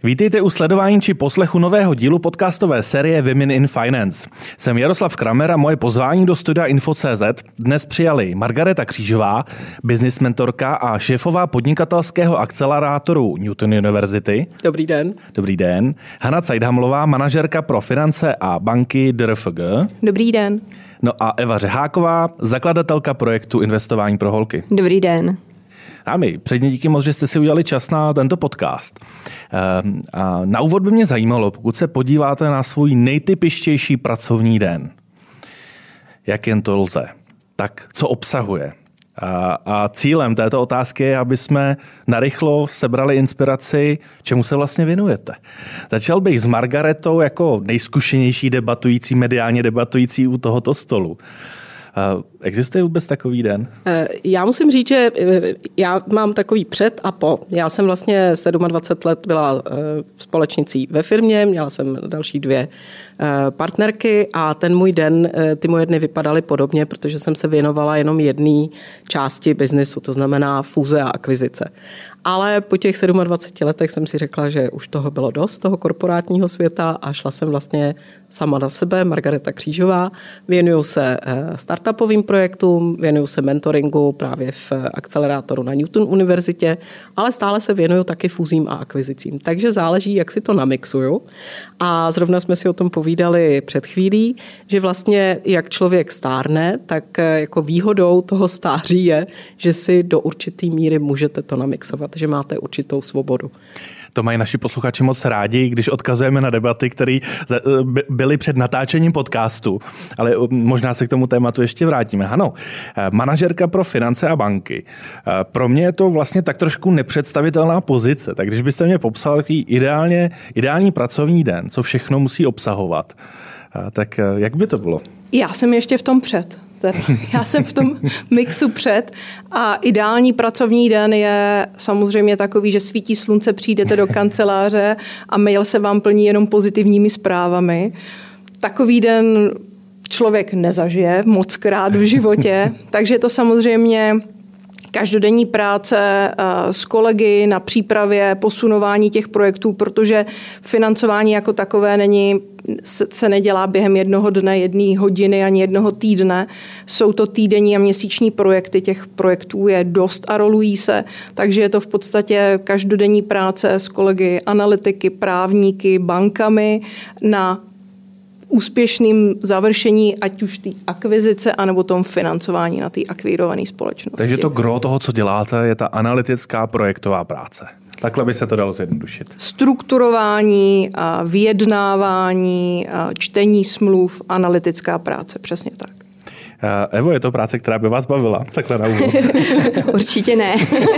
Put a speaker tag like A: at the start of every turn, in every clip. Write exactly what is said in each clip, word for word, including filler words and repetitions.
A: Vítejte u sledování či poslechu nového dílu podcastové série Women in Finance. Jsem Jaroslav Kramer a moje pozvání do studia Info tečka cé zet dnes přijali Margareta Křížová, business mentorka a šéfová podnikatelského akcelerátoru Newton University.
B: Dobrý den.
A: Dobrý den. Hana Cajdhamlová, manažerka pro finance a banky D R F G.
C: Dobrý den.
A: No a Eva Řeháková, zakladatelka projektu Investování pro holky.
C: Dobrý den.
A: A my předně díky moc, že jste si udělali čas na tento podcast. A na úvod by mě zajímalo, pokud se podíváte na svůj nejtypičtější pracovní den, jak jen to lze, tak co obsahuje. A, a cílem této otázky je, aby jsme narychlo sebrali inspiraci, čemu se vlastně věnujete. Začal bych s Margaretou jako nejzkušenější debatující, mediálně debatující u tohoto stolu. Existuje vůbec takový den?
B: Já musím říct, že já mám takový před a po. Já jsem vlastně dvacet sedm let byla společnicí ve firmě, měla jsem další dvě partnerky a ten můj den, ty moje dny vypadaly podobně, protože jsem se věnovala jenom jedné části biznisu, to znamená fúze a akvizice. Ale po těch dvaceti sedmi letech jsem si řekla, že už toho bylo dost, toho korporátního světa a šla jsem vlastně sama na sebe, Margareta Křížová. Věnuju se startupovým projektům, věnuju se mentoringu právě v akcelerátoru na Newton Univerzitě, ale stále se věnuju taky fúzím a akvizicím. Takže záleží, jak si to namixuju. A zrovna jsme si o tom povídali před chvílí, že vlastně jak člověk stárne, tak jako výhodou toho stáří je, že si do určitý míry můžete to namixovat, že máte určitou svobodu.
A: To mají naši posluchači moc rádi, když odkazujeme na debaty, které byly před natáčením podcastu, ale možná se k tomu tématu ještě vrátíme. Ano, manažerka pro finance a banky. Pro mě je to vlastně tak trošku nepředstavitelná pozice, tak když byste mě popsal takový ideálně, ideální pracovní den, co všechno musí obsahovat, tak jak by to bylo?
C: Já jsem ještě v tom před. Já jsem v tom mixu před a ideální pracovní den je samozřejmě takový, že svítí slunce, přijdete do kanceláře a mail se vám plní jenom pozitivními zprávami. Takový den člověk nezažije mockrát v životě, takže je to samozřejmě každodenní práce s kolegy na přípravě, posunování těch projektů, protože financování jako takové není, se nedělá během jednoho dne, jedné hodiny ani jednoho týdne. Jsou to týdenní a měsíční projekty, těch projektů je dost a rolují se, takže je to v podstatě každodenní práce s kolegy, analytiky, právníky, bankami na úspěšným završení ať už té akvizice, anebo tom financování na té akvirované společnosti.
A: Takže to gro toho, co děláte, je ta analytická projektová práce. Takhle by se to dalo zjednodušit.
C: Strukturování, vyjednávání, čtení smluv, analytická práce, přesně tak.
A: Evo, je to práce, která by vás bavila? Takhle na úvod.
D: Určitě ne.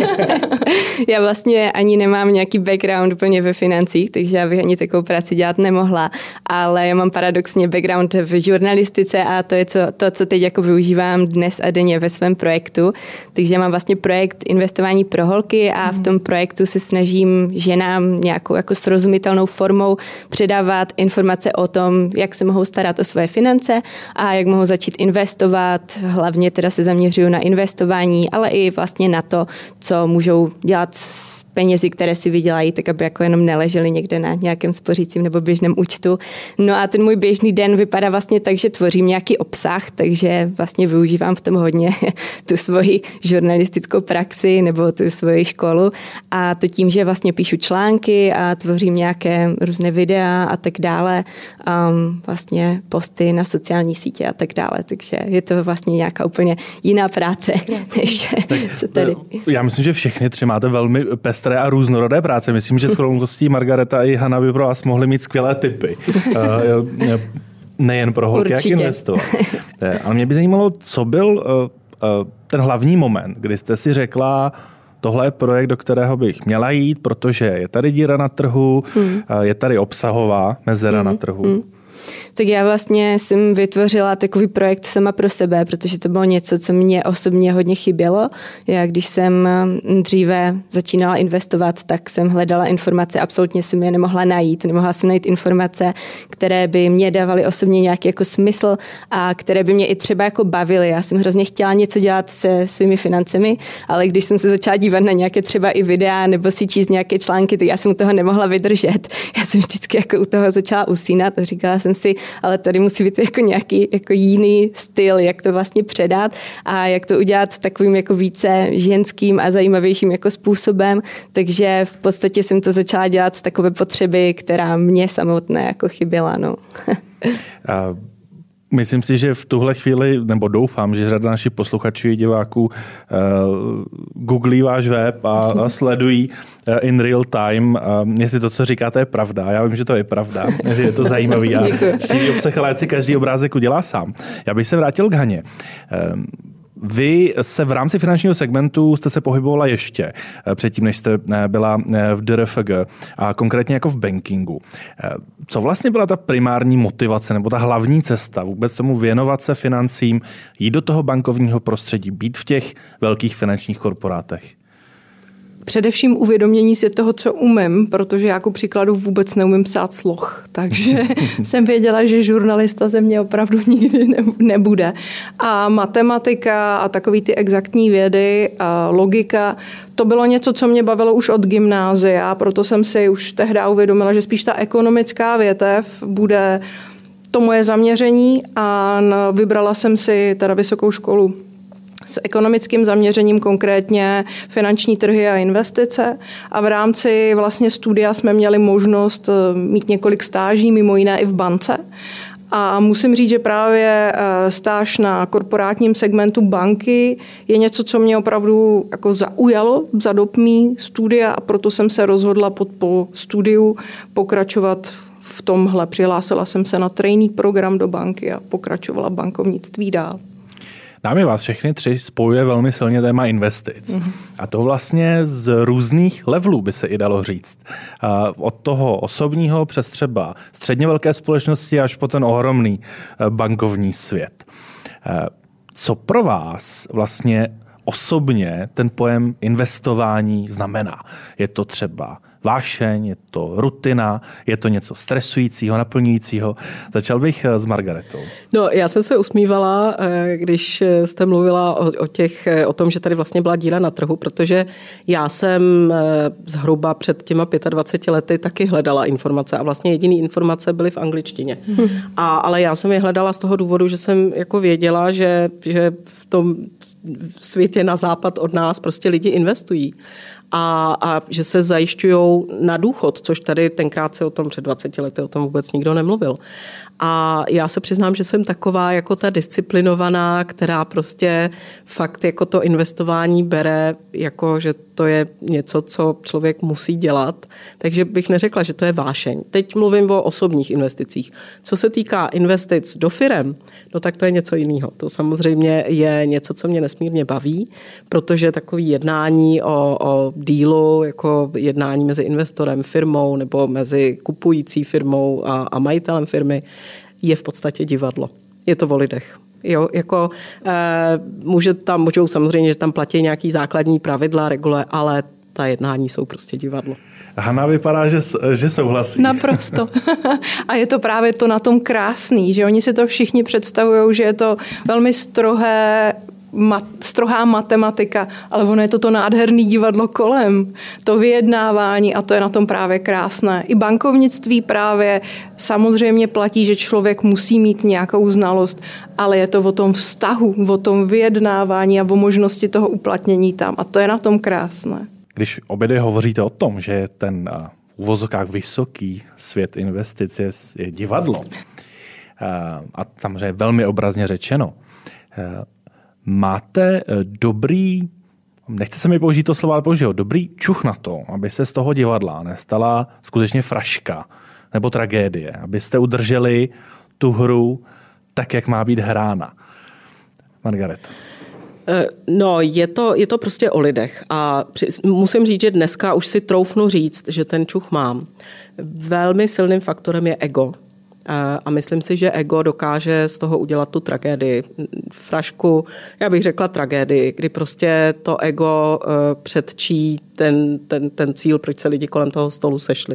D: Já vlastně ani nemám nějaký background úplně ve financích, takže já bych ani takovou práci dělat nemohla, ale já mám paradoxně background v žurnalistice a to je co, to, co teď jako využívám dnes a denně ve svém projektu. Takže mám vlastně projekt Investování pro holky a v tom projektu se snažím ženám nějakou jako srozumitelnou formou předávat informace o tom, jak se mohou starat o své finance a jak mohou začít investovat. Hlavně teda se zaměřuju na investování, ale i vlastně na to, co můžou dělat s penězi, které si vydělají, tak aby jako jenom neleželi někde na nějakém spořícím nebo běžném účtu. No a ten můj běžný den vypadá vlastně tak, že tvořím nějaký obsah, takže vlastně využívám v tom hodně tu svoji žurnalistickou praxi nebo tu svoji školu a to tím, že vlastně píšu články a tvořím nějaké různé videa a tak dále, um, vlastně posty na sociální sítě a tak dále, takže je to vlastně nějaká úplně jiná práce, než co tady.
A: Já myslím, že všechny tři máte velmi pestré a různorodé práce. Myslím, že s chronologostí Margareta i Hana by pro vás mohly mít skvělé tipy. Nejen pro holky, jak investovat. Ale mě by zajímalo, co byl ten hlavní moment, kdy jste si řekla, tohle je projekt, do kterého bych měla jít, protože je tady díra na trhu, hmm. je tady obsahová mezera hmm. na trhu. Hmm.
D: Tak já vlastně jsem vytvořila takový projekt sama pro sebe, protože to bylo něco, co mě osobně hodně chybělo. Já když jsem dříve začínala investovat, tak jsem hledala informace, absolutně jsem je nemohla najít. Nemohla jsem najít informace, které by mě dávaly osobně nějaký jako smysl a které by mě i třeba jako bavily. Já jsem hrozně chtěla něco dělat se svými financemi, ale když jsem se začala dívat na nějaké třeba i videa nebo si číst nějaké články, tak já jsem u toho nemohla vydržet. Já jsem vždycky jako u toho začala usínat a říkala jsem si, ale tady musí být jako nějaký jako jiný styl, jak to vlastně předat a jak to udělat takovým jako více ženským a zajímavějším jako způsobem. Takže v podstatě jsem to začala dělat z takové potřeby, která mě samotné jako chyběla. No.
A: A myslím si, že v tuhle chvíli, nebo doufám, že řada našich posluchačů a diváků uh, googlí váš web a, a sledují uh, in real time, uh, jestli to, co říkáte, je pravda. Já vím, že to je pravda, že je to zajímavý a štíhlý obsah, ale si každý obrázek udělá sám. Já bych se vrátil k Haně. Uh, Vy se v rámci finančního segmentu jste se pohybovala ještě předtím, než jste byla v D R F G a konkrétně jako v bankingu. Co vlastně byla ta primární motivace nebo ta hlavní cesta vůbec tomu věnovat se financím, jít do toho bankovního prostředí, být v těch velkých finančních korporátech?
C: Především uvědomění si toho, co umím, protože já jako příkladu vůbec neumím psát sloh, takže jsem věděla, že žurnalista ze mě opravdu nikdy nebude. A matematika a takový ty exaktní vědy a logika, to bylo něco, co mě bavilo už od gymnázia, proto jsem si už tehdy uvědomila, že spíš ta ekonomická větev bude to moje zaměření a vybrala jsem si teda vysokou školu s ekonomickým zaměřením, konkrétně finanční trhy a investice. A v rámci vlastně studia jsme měli možnost mít několik stáží, mimo jiné i v bance. A musím říct, že právě stáž na korporátním segmentu banky je něco, co mě opravdu jako zaujalo za dob mý studia a proto jsem se rozhodla po, po studiu pokračovat v tomhle. Přihlásila jsem se na trainee program do banky a pokračovala v bankovnictví dál.
A: Námi vás všechny tři spojuje velmi silně téma investic. Mm. A to vlastně z různých levelů by se i dalo říct. Od toho osobního přes třeba středně velké společnosti až po ten ohromný bankovní svět. Co pro vás vlastně osobně ten pojem investování znamená? Je to třeba vášeň, je to rutina, je to něco stresujícího, naplňujícího. Začal bych s Margaretou.
B: No, já jsem se usmívala, když jste mluvila o, o, těch, o tom, že tady vlastně byla díra na trhu, protože já jsem zhruba před těma dvaceti pěti lety taky hledala informace a vlastně jediný informace byly v angličtině. Hmm. A, ale já jsem je hledala z toho důvodu, že jsem jako věděla, že, že v tom světě na západ od nás prostě lidi investují. A, a že se zajišťují na důchod, což tady tenkrát se o tom před dvaceti lety o tom vůbec nikdo nemluvil. A já se přiznám, že jsem taková jako ta disciplinovaná, která prostě fakt jako to investování bere, jako že to je něco, co člověk musí dělat. Takže bych neřekla, že to je vášeň. Teď mluvím o osobních investicích. Co se týká investic do firem, no tak to je něco jiného. To samozřejmě je něco, co mě nesmírně baví, protože takový jednání o, o dílu, jako jednání mezi investorem, firmou nebo mezi kupující firmou a, a majitelem firmy je v podstatě divadlo. Je to o lidech. Jo, jako e, může tam, můžou samozřejmě, že tam platí nějaký základní pravidla, regule, ale ta jednání jsou prostě divadlo.
A: Hana vypadá, že, že souhlasí.
C: Naprosto. A je to právě to na tom krásný, že oni si to všichni představují, že je to velmi strohé, mat, strohá matematika, ale ono je to to nádherný divadlo kolem, to vyjednávání a to je na tom právě krásné. I bankovnictví právě samozřejmě platí, že člověk musí mít nějakou znalost, ale je to o tom vztahu, o tom vyjednávání a o možnosti toho uplatnění tam a to je na tom krásné.
A: Když obě hovoříte o tom, že ten v uvozovkách vysoký svět investic je, je divadlo a samozřejmě velmi obrazně řečeno, máte dobrý, nechce se mi použít to slovo, ale použiju, dobrý čuch na to, aby se z toho divadla nestala skutečně fraška nebo tragédie, abyste udrželi tu hru tak, jak má být hrána. Margareto.
B: No, je to, je to prostě o lidech a při, musím říct, že dneska už si troufnu říct, že ten čuch mám. Velmi silným faktorem je ego. A myslím si, že ego dokáže z toho udělat tu tragédii. Frašku, já bych řekla tragédii, kdy prostě to ego předčí ten, ten, ten cíl, proč se lidi kolem toho stolu sešli.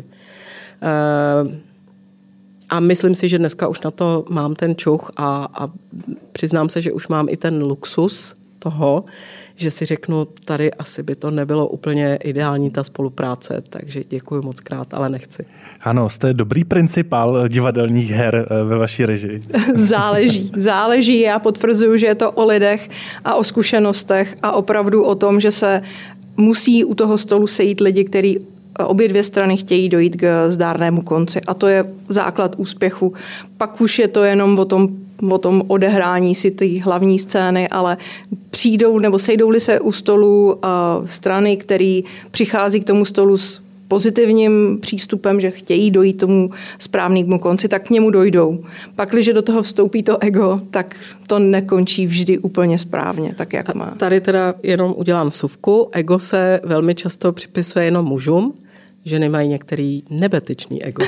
B: A myslím si, že dneska už na to mám ten čuch a, a přiznám se, že už mám i ten luxus toho, že si řeknu, tady asi by to nebylo úplně ideální ta spolupráce, takže děkuji moc krát, ale nechci.
A: Ano, jste dobrý principál divadelních her ve vaší režii.
C: Záleží, záleží. Já potvrzuju, že je to o lidech a o zkušenostech a opravdu o tom, že se musí u toho stolu sejít lidi, kteří obě dvě strany chtějí dojít k zdárnému konci a to je základ úspěchu. Pak už je to jenom o tom, o tom odehrání si ty hlavní scény, ale přijdou nebo sejdou-li se u stolu uh, strany, které přichází k tomu stolu s pozitivním přístupem, že chtějí dojít tomu správnému konci, tak k němu dojdou. Pak, když do toho vstoupí to ego, tak to nekončí vždy úplně správně, tak jak má.
B: A tady teda jenom udělám vsuvku. Ego se velmi často připisuje jenom mužům, ženy mají některý nebetyčný ego.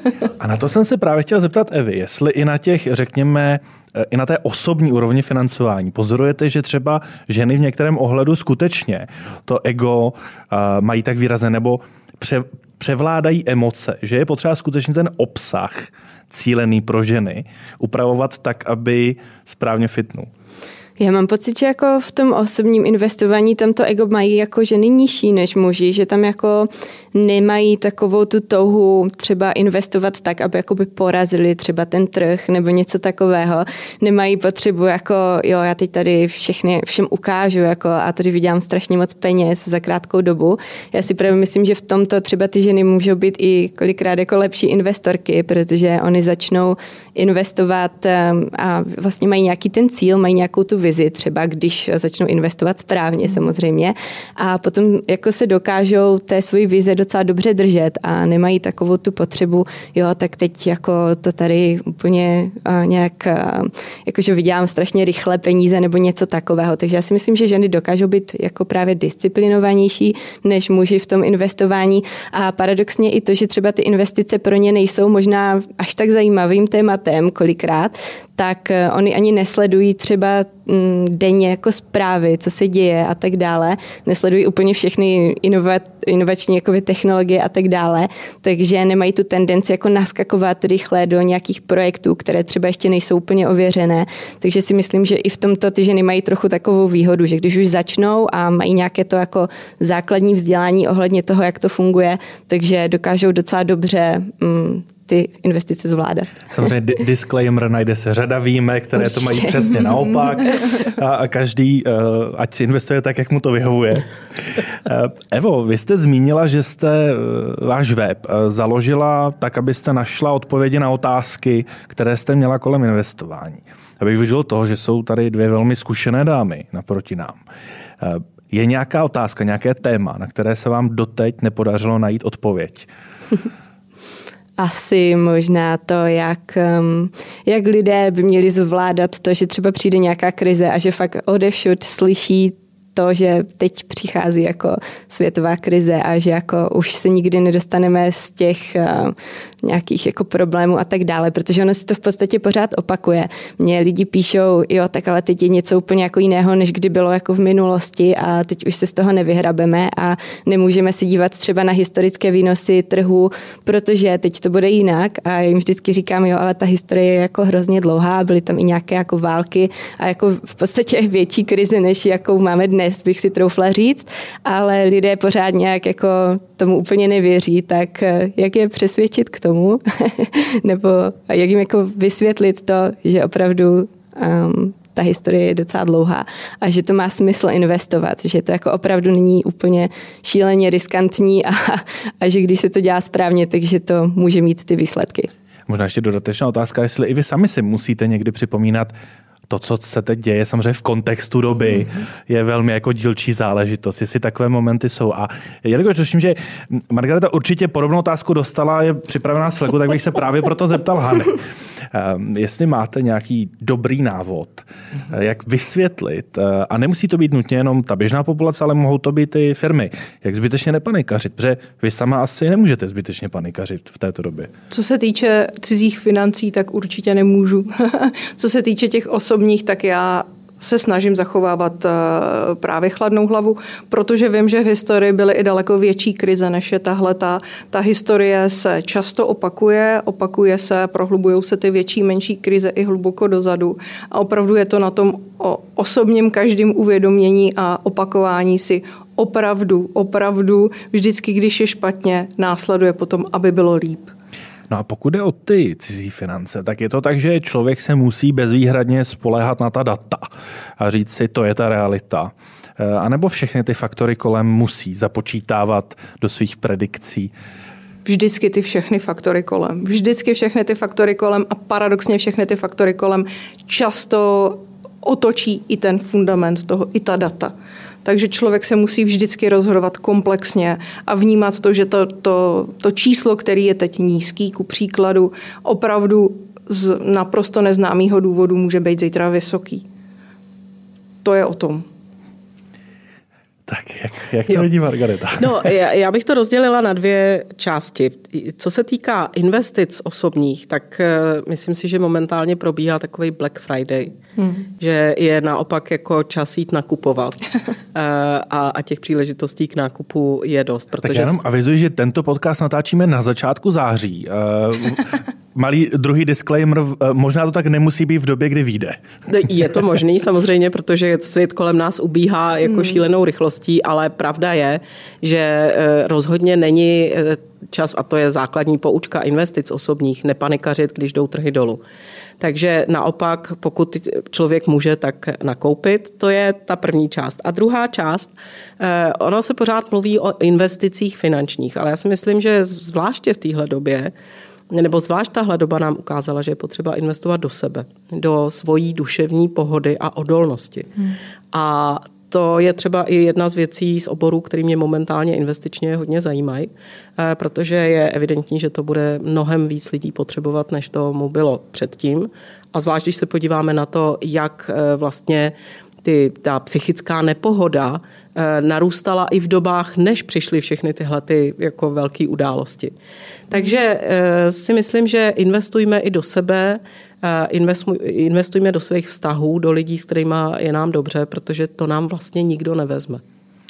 A: A na to jsem se právě chtěl zeptat Evy, jestli i na těch, řekněme, i na té osobní úrovni financování pozorujete, že třeba ženy v některém ohledu skutečně to ego uh, mají tak výrazné nebo pře, převládají emoce, že je potřeba skutečně ten obsah cílený pro ženy upravovat tak, aby správně fitnul.
D: Já mám pocit, že jako v tom osobním investování tam to ego mají jako ženy nižší než muži, že tam jako nemají takovou tu touhu třeba investovat tak, aby jakoby porazili třeba ten trh nebo něco takového. Nemají potřebu jako, jo, já teď tady všechny, všem ukážu jako a tady vydělám strašně moc peněz za krátkou dobu. Já si právě myslím, že v tomto třeba ty ženy můžou být i kolikrát jako lepší investorky, protože oni začnou investovat a vlastně mají nějaký ten cíl, mají nějakou tu vizi, třeba když začnou investovat správně samozřejmě a potom jako se dokážou té svoji vize docela dobře držet a nemají takovou tu potřebu, jo, tak teď jako to tady úplně uh, nějak, uh, jakože vydělám strašně rychle peníze nebo něco takového. Takže já si myslím, že ženy dokážou být jako právě disciplinovanější než muži v tom investování a paradoxně i to, že třeba ty investice pro ně nejsou možná až tak zajímavým tématem kolikrát, tak uh, oni ani nesledují třeba um, denně jako zprávy, co se děje a tak dále. Nesledují úplně všechny inovat, inovační jakoby technologie a tak dále, takže nemají tu tendenci jako naskakovat rychle do nějakých projektů, které třeba ještě nejsou úplně ověřené. Takže si myslím, že i v tomto ty ženy mají trochu takovou výhodu, že když už začnou a mají nějaké to jako základní vzdělání ohledně toho, jak to funguje, takže dokážou docela dobře mm, ty investice zvládat.
A: Samozřejmě disclaimer, najde se řada výjimek, které Určitě. To mají přesně naopak a každý, ať si investuje tak, jak mu to vyhovuje. Evo, vy jste zmínila, že jste váš web založila tak, abyste našla odpovědi na otázky, které jste měla kolem investování. Abych využil toho, že jsou tady dvě velmi zkušené dámy naproti nám. Je nějaká otázka, nějaké téma, na které se vám doteď nepodařilo najít odpověď?
D: Asi možná to, jak, jak lidé by měli zvládat to, že třeba přijde nějaká krize a že fakt odevšud slyší to, že teď přichází jako světová krize a že jako už se nikdy nedostaneme z těch uh, nějakých jako problémů a tak dále, protože ono si to v podstatě pořád opakuje. Mně lidi píšou, jo, tak ale teď je něco úplně jako jiného, než kdy bylo jako v minulosti a teď už se z toho nevyhrabeme a nemůžeme si dívat třeba na historické výnosy trhu, protože teď to bude jinak a jim vždycky říkám, jo, ale ta historie je jako hrozně dlouhá, byly tam i nějaké jako války a jako v podstatě větší krize, než jakou máme dnes, bych si troufla říct, ale lidé pořád nějak jako tomu úplně nevěří, tak jak je přesvědčit k tomu, nebo jak jim jako vysvětlit to, že opravdu um, ta historie je docela dlouhá a že to má smysl investovat, že to jako opravdu není úplně šíleně riskantní a, a že když se to dělá správně, takže to může mít ty výsledky.
A: Možná ještě dodatečná otázka, jestli i vy sami si musíte někdy připomínat, to, co se teď děje samozřejmě v kontextu doby, mm-hmm. je velmi jako dílčí záležitost, jestli takové momenty jsou. A jelikož tuším, že Margareta určitě podobnou otázku dostala, je připravená Slacku, tak bych se právě proto zeptal Hany. Um, jestli máte nějaký dobrý návod, mm-hmm. jak vysvětlit, uh, a nemusí to být nutně jenom ta běžná populace, ale mohou to být i firmy, jak zbytečně nepanikařit, protože vy sama asi nemůžete zbytečně panikařit v této době.
C: Co se týče cizích financí, tak určitě nemůžu. Co se týče těch osobních, tak já se snažím zachovávat právě chladnou hlavu, protože vím, že v historii byly i daleko větší krize, než je tahle. Ta, ta historie se často opakuje, opakuje se, prohlubují se ty větší, menší krize i hluboko dozadu. A opravdu je to na tom osobním každým uvědomění a opakování si opravdu, opravdu vždycky, když je špatně, následuje potom, aby bylo líp.
A: No a pokud jde o ty cizí finance, tak je to tak, že člověk se musí bezvýhradně spoléhat na ta data a říct si, to je ta realita. A nebo všechny ty faktory kolem musí započítávat do svých predikcí?
C: Vždycky ty všechny faktory kolem. Vždycky všechny ty faktory kolem a paradoxně všechny ty faktory kolem často otočí i ten fundament toho, i ta data. Takže člověk se musí vždycky rozhodovat komplexně a vnímat to, že to, to, to číslo, který je teď nízký, ku příkladu, opravdu z naprosto neznámého důvodu může být zítra vysoký. To je o tom.
A: Tak jak, jak to vidí Margareta?
B: No, já, já bych to rozdělila na dvě části. Co se týká investic osobních, tak uh, myslím si, že momentálně probíhá takový Black Friday, hmm. že je naopak jako čas jít nakupovat uh, a, a těch příležitostí k nákupu je dost. Protože...
A: Tak já jenom avizuji, že tento podcast natáčíme na začátku září. Uh, Malý druhý disclaimer, možná to tak nemusí být v době, kdy vyjde.
B: Je to možný samozřejmě, protože svět kolem nás ubíhá jako hmm. šílenou rychlostí, ale pravda je, že rozhodně není čas, a to je základní poučka investic osobních, nepanikařit, když jdou trhy dolů. Takže naopak, pokud člověk může, tak nakoupit, to je ta první část. A druhá část, ono se pořád mluví o investicích finančních, ale já si myslím, že zvláště v téhle době nebo zvlášť tahle doba nám ukázala, že je potřeba investovat do sebe, do svojí duševní pohody a odolnosti. Hmm. A to je třeba i jedna z věcí z oborů, který mě momentálně investičně hodně zajímají, protože je evidentní, že to bude mnohem víc lidí potřebovat, než tomu bylo předtím. A zvlášť, když se podíváme na to, jak vlastně Ty, ta psychická nepohoda e, narůstala i v dobách, než přišly všechny tyhle ty jako velké události. Takže e, si myslím, že investujme i do sebe, e, investuj, investujme do svých vztahů, do lidí, s kterými je nám dobře, protože to nám vlastně nikdo nevezme.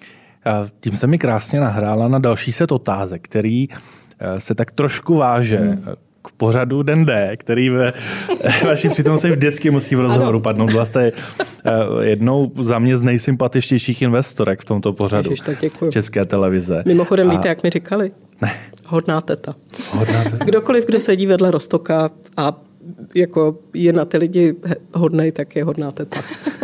A: Tím se mi krásně nahrála na další set otázek, který se tak trošku váže hmm. k pořadu Den D, který ve vaší přítomnosti vždycky musí v rozhovoru padnout. Byla jste jednou za mě z nejsympatičtějších investorek v tomto pořadu.
B: Ježiš, tak děkuju.
A: České televize.
B: Mimochodem,
A: A...
B: víte, jak mi říkali?
A: Ne.
B: Hodná teta.
A: Hodná teta.
B: Kdokoliv, kdo sedí vedle Roztoka a jako je na ty lidi hodnej, tak je hodná teta.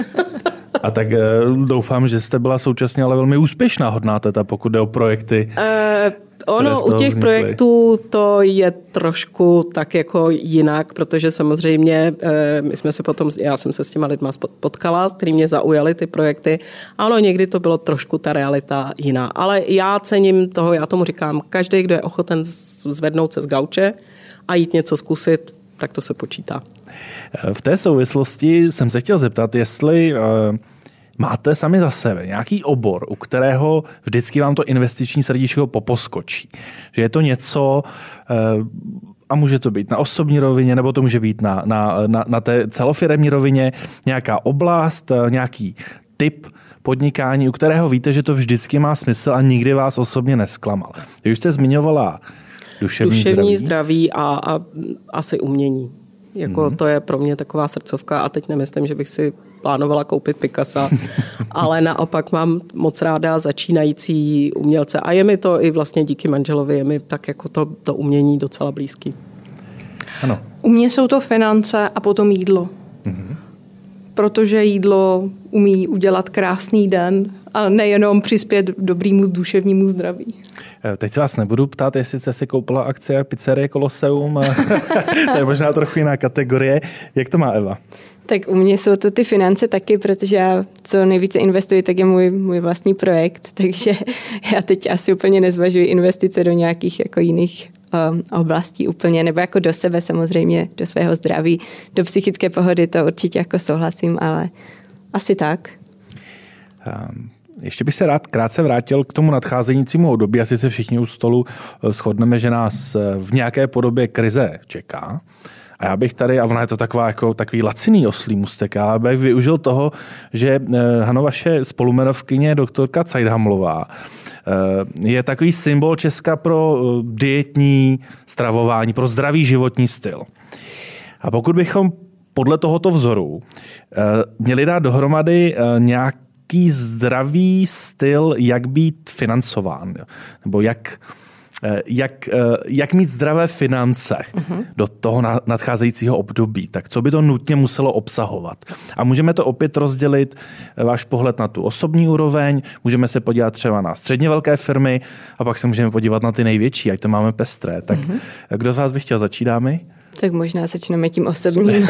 A: A tak doufám, že jste byla současně ale velmi úspěšná hodná teta, pokud jde o projekty. Uh,
B: ono u těch vznikly. Projektů to je trošku tak jako jinak, protože samozřejmě my jsme se potom, já jsem se s těma lidma potkala, který mě zaujaly ty projekty. Ano, někdy to bylo trošku ta realita jiná. Ale já cením toho, já tomu říkám, každý, kdo je ochoten zvednout se z gauče a jít něco zkusit, tak to se počítá.
A: V té souvislosti jsem se chtěl zeptat, jestli uh, máte sami za sebe nějaký obor, u kterého vždycky vám to investiční srdíčko poposkočí. Že je to něco, uh, a může to být na osobní rovině, nebo to může být na, na, na, na té celofiremní rovině, nějaká oblast, uh, nějaký typ podnikání, u kterého víte, že to vždycky má smysl a nikdy vás osobně nesklamal. Když jste zmiňovala duševní,
B: duševní
A: zdraví,
B: zdraví a, a asi umění. Jako hmm. to je pro mě taková srdcovka a teď nemyslím, že bych si plánovala koupit Picassa, ale naopak mám moc ráda začínající umělce a je mi to i vlastně díky manželovi, je mi tak jako to, to umění docela blízký.
A: Ano.
C: U mě jsou to finance a potom jídlo. Hmm. Protože jídlo umí udělat krásný den a nejenom přispět dobrému duševnímu zdraví.
A: Teď se vás nebudu ptát, jestli jste si koupila akcie pizzerie Colosseum. To je možná trochu jiná kategorie. Jak to má Eva?
D: Tak u mě jsou to ty finance taky, protože já co nejvíce investuji, tak je můj, můj vlastní projekt, takže já teď asi úplně nezvažuji investice do nějakých jako jiných um, oblastí úplně, nebo jako do sebe samozřejmě, do svého zdraví, do psychické pohody, to určitě jako souhlasím, ale asi tak.
A: Um. Ještě bych se rád krátce vrátil k tomu nadcházejícímu období. Asi se všichni u stolu shodneme, že nás v nějaké podobě krize čeká. A já bych tady, a ona je to taková, jako takový laciný oslý můstek, ale bych využil toho, že Hano, vaše spolumenovkyně doktorka Cajdhamlová je takový symbol Česka pro dietní stravování, pro zdravý životní styl. A pokud bychom podle tohoto vzoru měli dát dohromady nějak jaký zdravý styl, jak být financován, nebo jak, jak, jak mít zdravé finance uh-huh. do toho nadcházejícího období, tak co by to nutně muselo obsahovat. A můžeme to opět rozdělit, váš pohled na tu osobní úroveň, můžeme se podívat třeba na středně velké firmy a pak se můžeme podívat na ty největší, ať to máme pestré. Tak uh-huh. kdo z vás by chtěl začít, dámy?
D: Tak možná začneme tím osobním.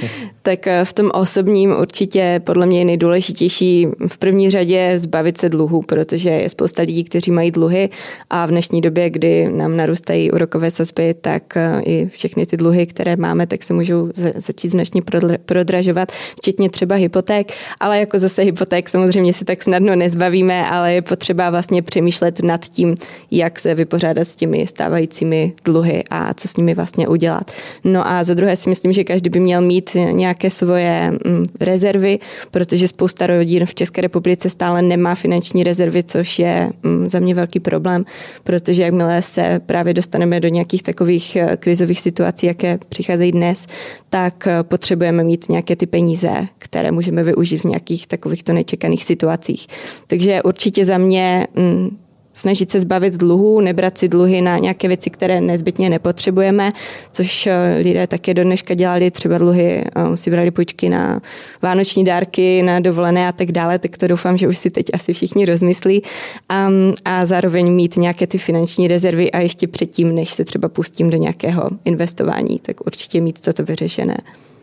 D: Tak v tom osobním určitě podle mě je nejdůležitější v první řadě zbavit se dluhů, protože je spousta lidí, kteří mají dluhy a v dnešní době, kdy nám narůstají úrokové sazby, tak i všechny ty dluhy, které máme, tak se můžou začít značně prodražovat, včetně třeba hypoték, ale jako zase hypoték samozřejmě si tak snadno nezbavíme, ale je potřeba vlastně přemýšlet nad tím, jak se vypořádat s těmi stávajícími dluhy a co s nimi vlastně udělat. No a za druhé si myslím, že každý by měl mít nějaké svoje rezervy, protože spousta rodin v České republice stále nemá finanční rezervy, což je za mě velký problém, protože jakmile se právě dostaneme do nějakých takových krizových situací, jaké přicházejí dnes, tak potřebujeme mít nějaké ty peníze, které můžeme využít v nějakých takovýchto nečekaných situacích. Takže určitě za mě snažit se zbavit dluhů, nebrat si dluhy na nějaké věci, které nezbytně nepotřebujeme, což lidé také do dneška dělali, třeba dluhy, si brali půjčky na vánoční dárky, na dovolené a tak dále, tak to doufám, že už si teď asi všichni rozmyslí. A, a zároveň mít nějaké ty finanční rezervy a ještě předtím, než se třeba pustím do nějakého investování, tak určitě mít toto vyřešené.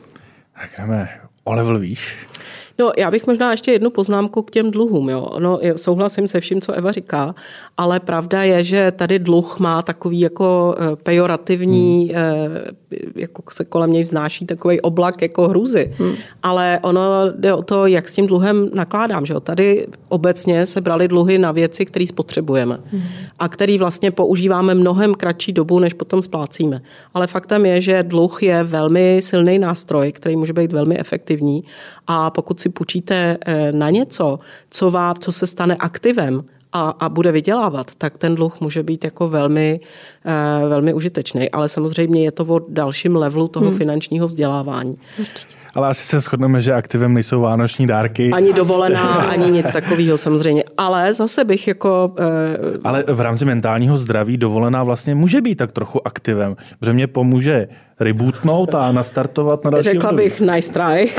A: Tak jdeme o level výš.
B: No, já bych možná ještě jednu poznámku k těm dluhům. Jo. No, souhlasím se vším, co Eva říká, ale pravda je, že tady dluh má takový jako pejorativní, hmm. jako se kolem něj vznáší takový oblak jako hrůzy. Hmm. Ale ono jde o to, jak s tím dluhem nakládám. Že jo. Tady obecně se brali dluhy na věci, které spotřebujeme hmm. a který vlastně používáme mnohem kratší dobu, než potom splácíme. Ale faktem je, že dluh je velmi silný nástroj, který může být velmi efektivní a pokud si půjčíte na něco, co, vám, co se stane aktivem a, a bude vydělávat, tak ten dluh může být jako velmi, velmi užitečný. Ale samozřejmě je to o dalším levelu toho hmm. finančního vzdělávání.
D: Určitě.
A: Ale asi se shodneme, že aktivem nejsou vánoční dárky.
B: Ani dovolená, ani nic takového samozřejmě. Ale zase bych jako... Eh...
A: Ale v rámci mentálního zdraví dovolená vlastně může být tak trochu aktivem, protože mě pomůže rebootnout a nastartovat na další
B: Řekla
A: období.
B: bych nice try.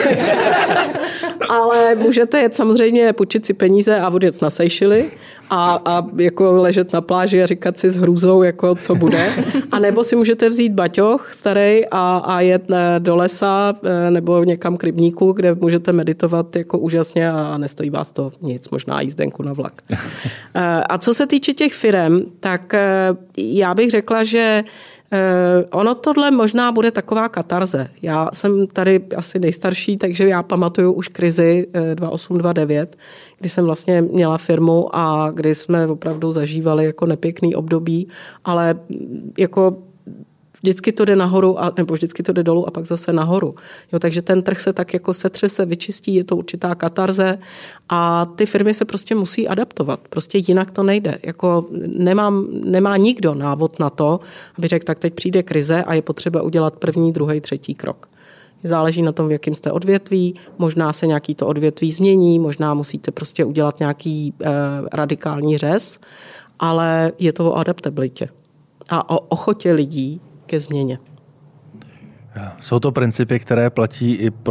B: Ale můžete jet samozřejmě půjčit si peníze a odjet na Seychely a, a jako ležet na pláži a říkat si s hrůzou, jako co bude. A nebo si můžete vzít baťoch starý a, a jet do lesa nebo někam k rybníku, kde můžete meditovat jako úžasně a nestojí vás to nic, možná jízdenku na vlak. A co se týče těch firem, tak já bych řekla, že ono tohle možná bude taková katarze. Já jsem tady asi nejstarší, takže já pamatuju už krizi dva osm dva devět, kdy jsem vlastně měla firmu a kdy jsme opravdu zažívali jako nepěkný období, ale jako vždycky to jde nahoru, a, nebo vždycky to jde dolů a pak zase nahoru. Jo, takže ten trh se tak jako setřese, vyčistí, je to určitá katarze a ty firmy se prostě musí adaptovat. Prostě jinak to nejde. Jako nemám, nemá nikdo návod na to, aby řekl, tak teď přijde krize a je potřeba udělat první, druhý, třetí krok. Záleží na tom, v jakém jste odvětví, možná se nějaký to odvětví změní, možná musíte prostě udělat nějaký eh, radikální řez, ale je to o adaptabilitě a o ochotě lidí ke změně.
A: Jsou to principy, které platí i pro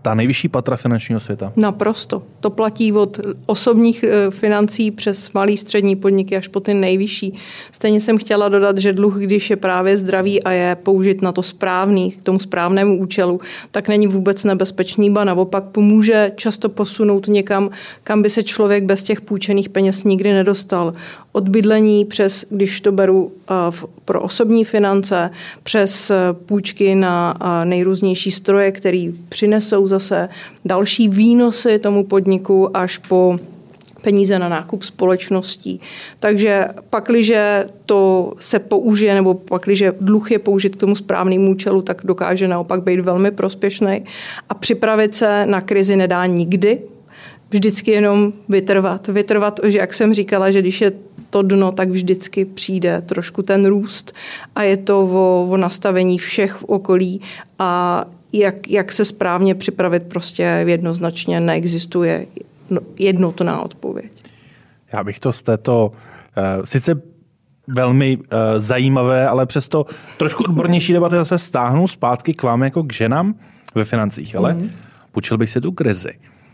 A: ta nejvyšší patra finančního světa?
C: Naprosto. To platí od osobních financí přes malý střední podniky až po ty nejvyšší. Stejně jsem chtěla dodat, že dluh, když je právě zdravý a je použit na to správný, k tomu správnému účelu, tak není vůbec nebezpečný, ba naopak pomůže často posunout někam, kam by se člověk bez těch půjčených peněz nikdy nedostal. Od bydlení přes, když to beru pro osobní finance, přes půjčky na nejrůznější stroje, které přinesou zase další výnosy tomu podniku až po peníze na nákup společností. Takže pakliže to se použije, nebo pakliže dluh je použit k tomu správnému účelu, tak dokáže naopak být velmi prospěšný. A připravit se na krizi nedá nikdy, vždycky jenom vytrvat. Vytrvat, že jak jsem říkala, že když je to dno, tak vždycky přijde trošku ten růst a je to o, o nastavení všech v okolí a jak, jak se správně připravit, prostě jednoznačně neexistuje jednotná odpověď.
A: Já bych to z této uh, sice velmi uh, zajímavé, ale přesto trošku odbornější debaty zase stáhnu zpátky k vám jako k ženám ve financích, ale mm. půjčil bych si tu krizi.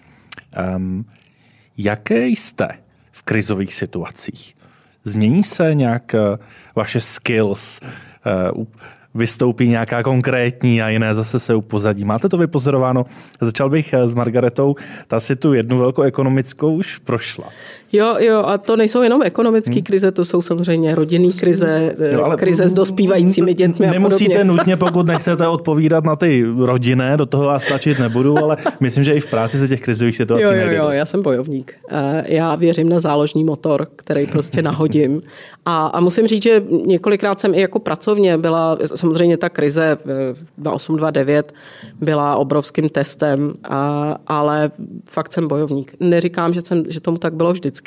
A: Um, jaké jste v krizových situacích? Změní se nějak uh, vaše skills? Uh, vystoupí nějaká konkrétní a jiné zase se upozadí. Máte to vypozorováno? Začal bych s Margaretou. Ta si tu jednu velkou ekonomickou už prošla.
B: Jo, jo, a to nejsou jenom ekonomické hmm. krize, to jsou samozřejmě rodinné krize, jo, ale krize s dospívajícími dětmi a
A: nemusíte
B: podobně.
A: nutně, pokud nechcete odpovídat na ty rodinné, do toho vás stačit nebudu, ale myslím, že i v práci se těch krizových situací
B: jo, jo,
A: nejde
B: jo,
A: dost.
B: Já jsem bojovník. Já věřím na záložní motor, který prostě nahodím. A, a musím říct, že několikrát jsem i jako pracovně byla, samozřejmě ta krize dva osm dva devět byla obrovským testem, a, ale fakt jsem bojovník. Neříkám, že, jsem, že tomu tak bylo vždycky.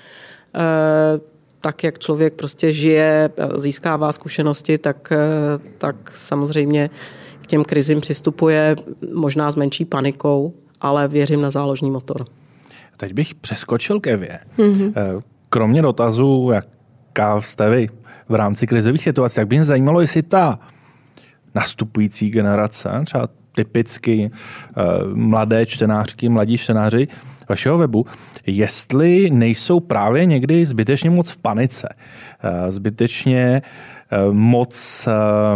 B: Tak, jak člověk prostě žije, získává zkušenosti, tak, tak samozřejmě k těm krizím přistupuje možná s menší panikou, ale věřím na záložní motor.
A: Teď bych přeskočil ke Evě. Mm-hmm. Kromě dotazů, jaká jste vy v rámci krizových situací, jak by mě zajímalo, jestli ta nastupující generace, třeba typicky mladé čtenářky, mladí čtenáři vašeho webu, jestli nejsou právě někdy zbytečně moc v panice, zbytečně moc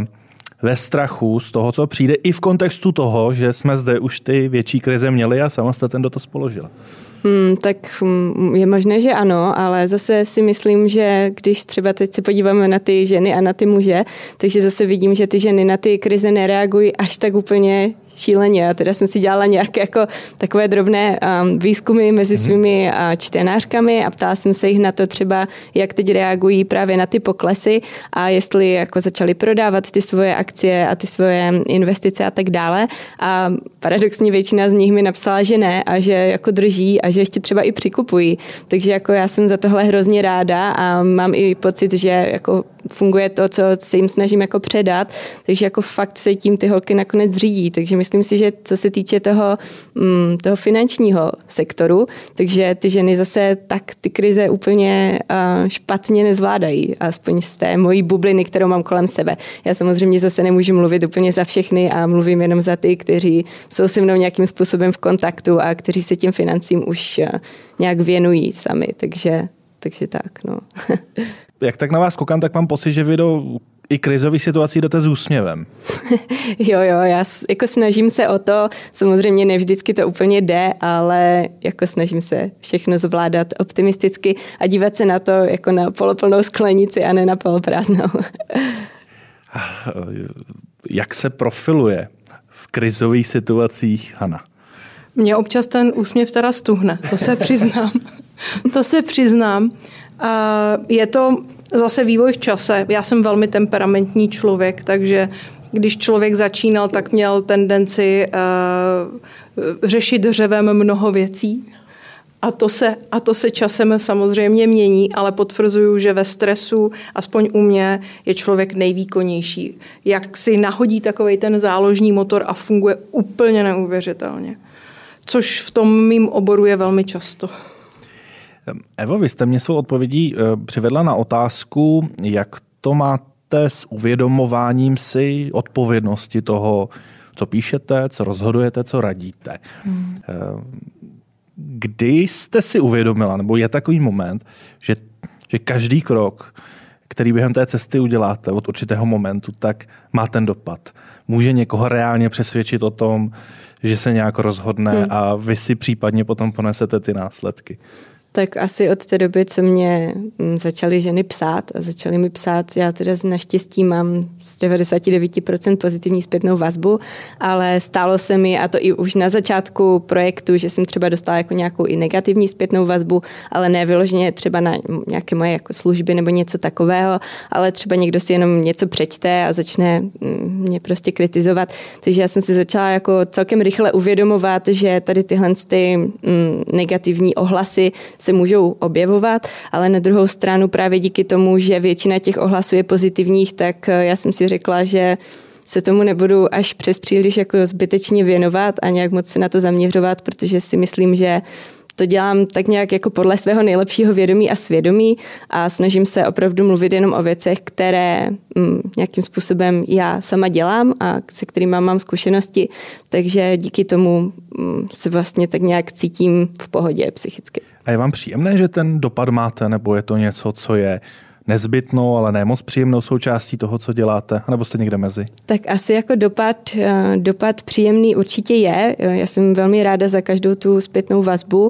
A: ve strachu z toho, co přijde, i v kontextu toho, že jsme zde už ty větší krize měli a sama jste ten dotaz položila.
D: Hmm, tak je možné, že ano, ale zase si myslím, že když třeba teď se podíváme na ty ženy a na ty muže, takže zase vidím, že ty ženy na ty krize nereagují až tak úplně šíleně. A teda jsem si dělala nějaké jako takové drobné um, výzkumy mezi svými uh, čtenářkami a ptala jsem se jich na to třeba, jak teď reagují právě na ty poklesy a jestli jako začali prodávat ty svoje akcie a ty svoje investice a tak dále. A paradoxně většina z nich mi napsala, že ne a že jako drží a že ještě třeba i přikupují. Takže jako já jsem za tohle hrozně ráda a mám i pocit, že jako funguje to, co se jim snažím jako předat, takže jako fakt se tím ty holky nakonec řídí. Takže myslím si, že co se týče toho, mm, toho finančního sektoru, takže ty ženy zase tak ty krize úplně uh, špatně nezvládají, aspoň z té mojí bubliny, kterou mám kolem sebe. Já samozřejmě zase nemůžu mluvit úplně za všechny a mluvím jenom za ty, kteří jsou se mnou nějakým způsobem v kontaktu a kteří se těm financím už uh, nějak věnují sami, takže, takže tak, no.
A: Jak tak na vás koukám, tak mám pocit, že vy do i krizových situací jdete s úsměvem.
D: jo, jo, já jako snažím se o to, samozřejmě ne vždycky to úplně jde, ale jako snažím se všechno zvládat optimisticky a dívat se na to jako na poloplnou sklenici a ne na poloprázdnou.
A: Jak se profiluje v krizových situacích Hana?
C: Mně občas ten úsměv teda stuhne, to se přiznám. to se přiznám. Je to zase vývoj v čase. Já jsem velmi temperamentní člověk, takže když člověk začínal, tak měl tendenci uh, řešit dřevem mnoho věcí. A to, se, a to se časem samozřejmě mění, ale potvrzuju, že ve stresu, aspoň u mě, je člověk nejvýkonnější. Jak si nahodí takovej ten záložní motor a funguje úplně neuvěřitelně. Což v tom mým oboru je velmi často.
A: Evo, vy jste mě svou odpovědí přivedla na otázku, jak to máte s uvědomováním si odpovědnosti toho co píšete, co rozhodujete, co radíte. Hmm. Kdy jste si uvědomila, nebo je takový moment, že, že každý krok, který během té cesty uděláte od určitého momentu, tak má ten dopad. Může někoho reálně přesvědčit o tom, že se nějak rozhodne hmm. a vy si případně potom ponesete ty následky.
D: Tak asi od té doby, co mě začaly ženy psát a začaly mi psát, já teda naštěstí mám z devadesát devět procent pozitivní zpětnou vazbu, ale stálo se mi, a to i už na začátku projektu, že jsem třeba dostala jako nějakou i negativní zpětnou vazbu, ale ne vyloženě třeba na nějaké moje jako služby nebo něco takového, ale třeba někdo si jenom něco přečte a začne mě prostě kritizovat. Takže já jsem si začala jako celkem rychle uvědomovat, že tady tyhle ty negativní ohlasy se můžou objevovat, ale na druhou stranu právě díky tomu, že většina těch ohlasů je pozitivních, tak já jsem si řekla, že se tomu nebudu až přes příliš jako zbytečně věnovat a nějak moc se na to zaměřovat, protože si myslím, že to dělám tak nějak jako podle svého nejlepšího vědomí a svědomí a snažím se opravdu mluvit jenom o věcech, které mm, nějakým způsobem já sama dělám a se kterými mám zkušenosti, takže díky tomu mm, se vlastně tak nějak cítím v pohodě psychicky.
A: A je vám příjemné, že ten dopad máte, nebo je to něco, co je nezbytnou, ale ne moc příjemnou součástí toho, co děláte, nebo jste někde mezi?
D: Tak asi jako dopad, dopad příjemný určitě je. Já jsem velmi ráda za každou tu zpětnou vazbu,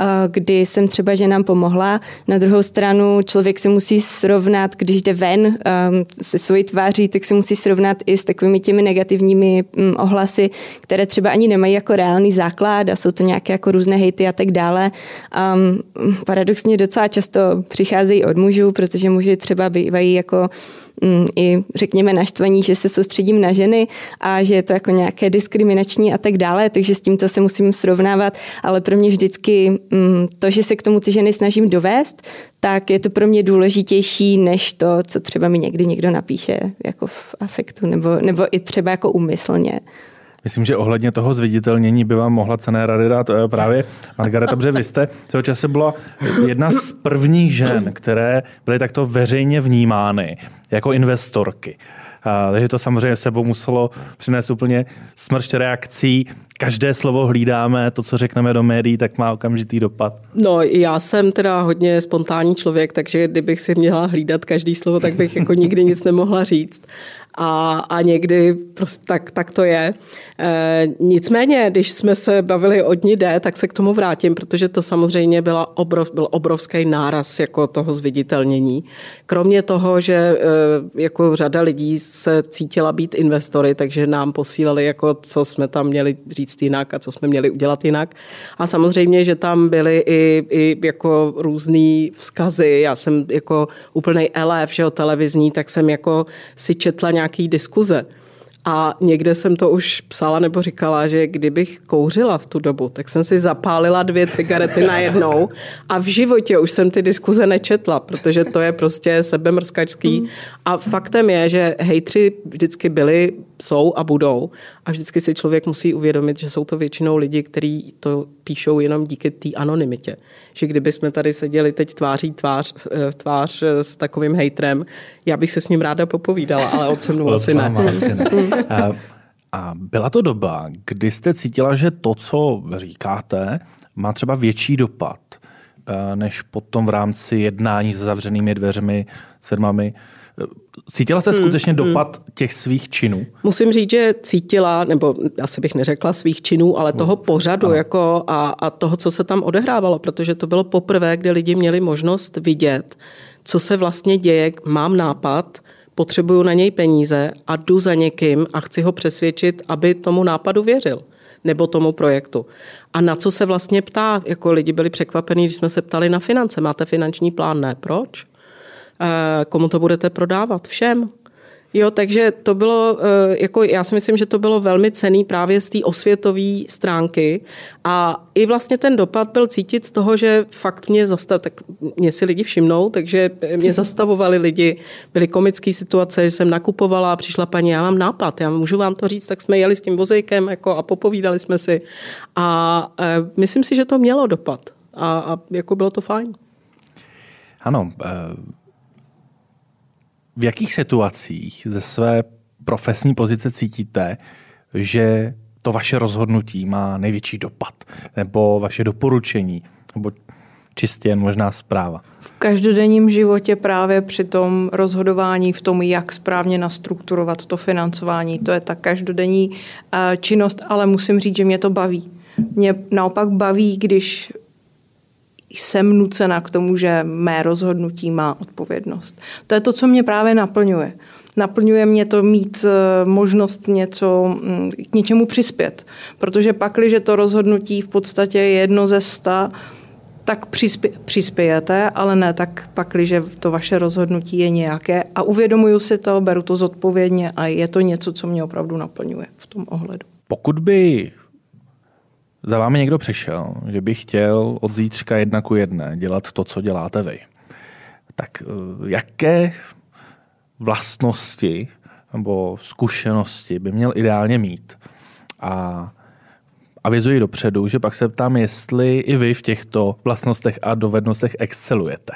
D: kdy jsem třeba ženám pomohla. Na druhou stranu člověk se musí srovnat, když jde ven se svojí tváří, tak se musí srovnat i s takovými těmi negativními ohlasy, které třeba ani nemají jako reálný základ a jsou to nějaké jako různé hejty a tak dále. Um, paradoxně docela často přicházejí od mužů, protože muži třeba bývají jako mm, i řekněme naštvaní, že se soustředím na ženy a že je to jako nějaké diskriminační a tak dále, takže s tímto se musím srovnávat, ale pro mě vždycky mm, to, že se k tomu ty ženy snažím dovést, tak je to pro mě důležitější než to, co třeba mi někdy někdo napíše jako v afektu nebo, nebo i třeba jako úmyslně.
A: Myslím, že ohledně toho zviditelnění by vám mohla cenné rady dát právě Margareta, protože vy jste svého času byla jedna z prvních žen, které byly takto veřejně vnímány jako investorky. A, takže to samozřejmě sebou muselo přinést úplně smršť reakcí. Každé slovo hlídáme, to, co řekneme do médií, tak má okamžitý dopad.
B: No, já jsem teda hodně spontánní člověk, takže kdybych si měla hlídat každý slovo, tak bych jako nikdy nic nemohla říct. A, a někdy prostě tak, tak to je. E, nicméně, když jsme se bavili o dni D, tak se k tomu vrátím, protože to samozřejmě byla obrov, byl obrovský náraz jako toho zviditelnění. Kromě toho, že e, jako řada lidí se cítila být investory, takže nám posílali, jako, co jsme tam měli říct jinak a co jsme měli udělat jinak. A samozřejmě, že tam byly i, i jako různý vzkazy. Já jsem jako úplnej elév, že jo, televizní, tak jsem jako si četla nějaký diskuze. A někde jsem to už psala nebo říkala, že kdybych kouřila v tu dobu, tak jsem si zapálila dvě cigarety najednou a v životě už jsem ty diskuze nečetla, protože to je prostě sebemrskačský. A faktem je, že hejtři vždycky byli, jsou a budou a vždycky si člověk musí uvědomit, že jsou to většinou lidi, kteří to píšou jenom díky té anonymitě. Že kdyby jsme tady seděli teď tváří tvář, tvář s takovým hejtrem, já bych se s ním ráda popovídala, ale od se mnou asi ne.
A: Asi ne. A, a byla to doba, kdy jste cítila, že to, co říkáte, má třeba větší dopad, než potom v rámci jednání s zavřenými dveřmi, s firmami. Cítila jste skutečně hmm, dopad hmm. těch svých činů?
B: Musím říct, že cítila, nebo asi bych neřekla svých činů, ale toho pořadu jako a, a toho, co se tam odehrávalo, protože to bylo poprvé, kde lidi měli možnost vidět, co se vlastně děje, mám nápad, potřebuju na něj peníze a jdu za někým a chci ho přesvědčit, aby tomu nápadu věřil nebo tomu projektu. A na co se vlastně ptá? Jako lidi byli překvapení, když jsme se ptali na finance. Máte finanční plán? Ne. Proč? E, komu to budete prodávat? Všem. Jo, takže to bylo, jako já si myslím, že to bylo velmi cenný právě z té osvětové stránky a i vlastně ten dopad byl cítit z toho, že fakt mě zastav, tak mě si lidi všimnou, takže mě zastavovali lidi, byly komické situace, že jsem nakupovala a přišla paní, já mám nápad, já můžu vám to říct, tak jsme jeli s tím vozejkem jako a popovídali jsme si a e, myslím si, že to mělo dopad a, a jako bylo to fajn.
A: Ano, e- v jakých situacích ze své profesní pozice cítíte, že to vaše rozhodnutí má největší dopad, nebo vaše doporučení, nebo čistě jen možná zpráva?
C: V každodenním životě právě při tom rozhodování v tom, jak správně nastrukturovat to financování. To je ta každodenní činnost, ale musím říct, že mě to baví. Mě naopak baví, když jsem nucena k tomu, že mé rozhodnutí má odpovědnost. To je to, co mě právě naplňuje. Naplňuje mě to mít možnost něco, k něčemu přispět. Protože pakliže to rozhodnutí v podstatě je jedno ze sta, tak přispě, přispějete, ale ne tak pakliže to vaše rozhodnutí je nějaké. A uvědomuju si to, beru to zodpovědně a je to něco, co mě opravdu naplňuje v tom ohledu.
A: Pokud by za vámi někdo přišel, že by chtěl od zítřka jedna ku jedné dělat to, co děláte vy, tak jaké vlastnosti nebo zkušenosti by měl ideálně mít? A avizuji dopředu, že pak se ptám, jestli i vy v těchto vlastnostech a dovednostech excelujete.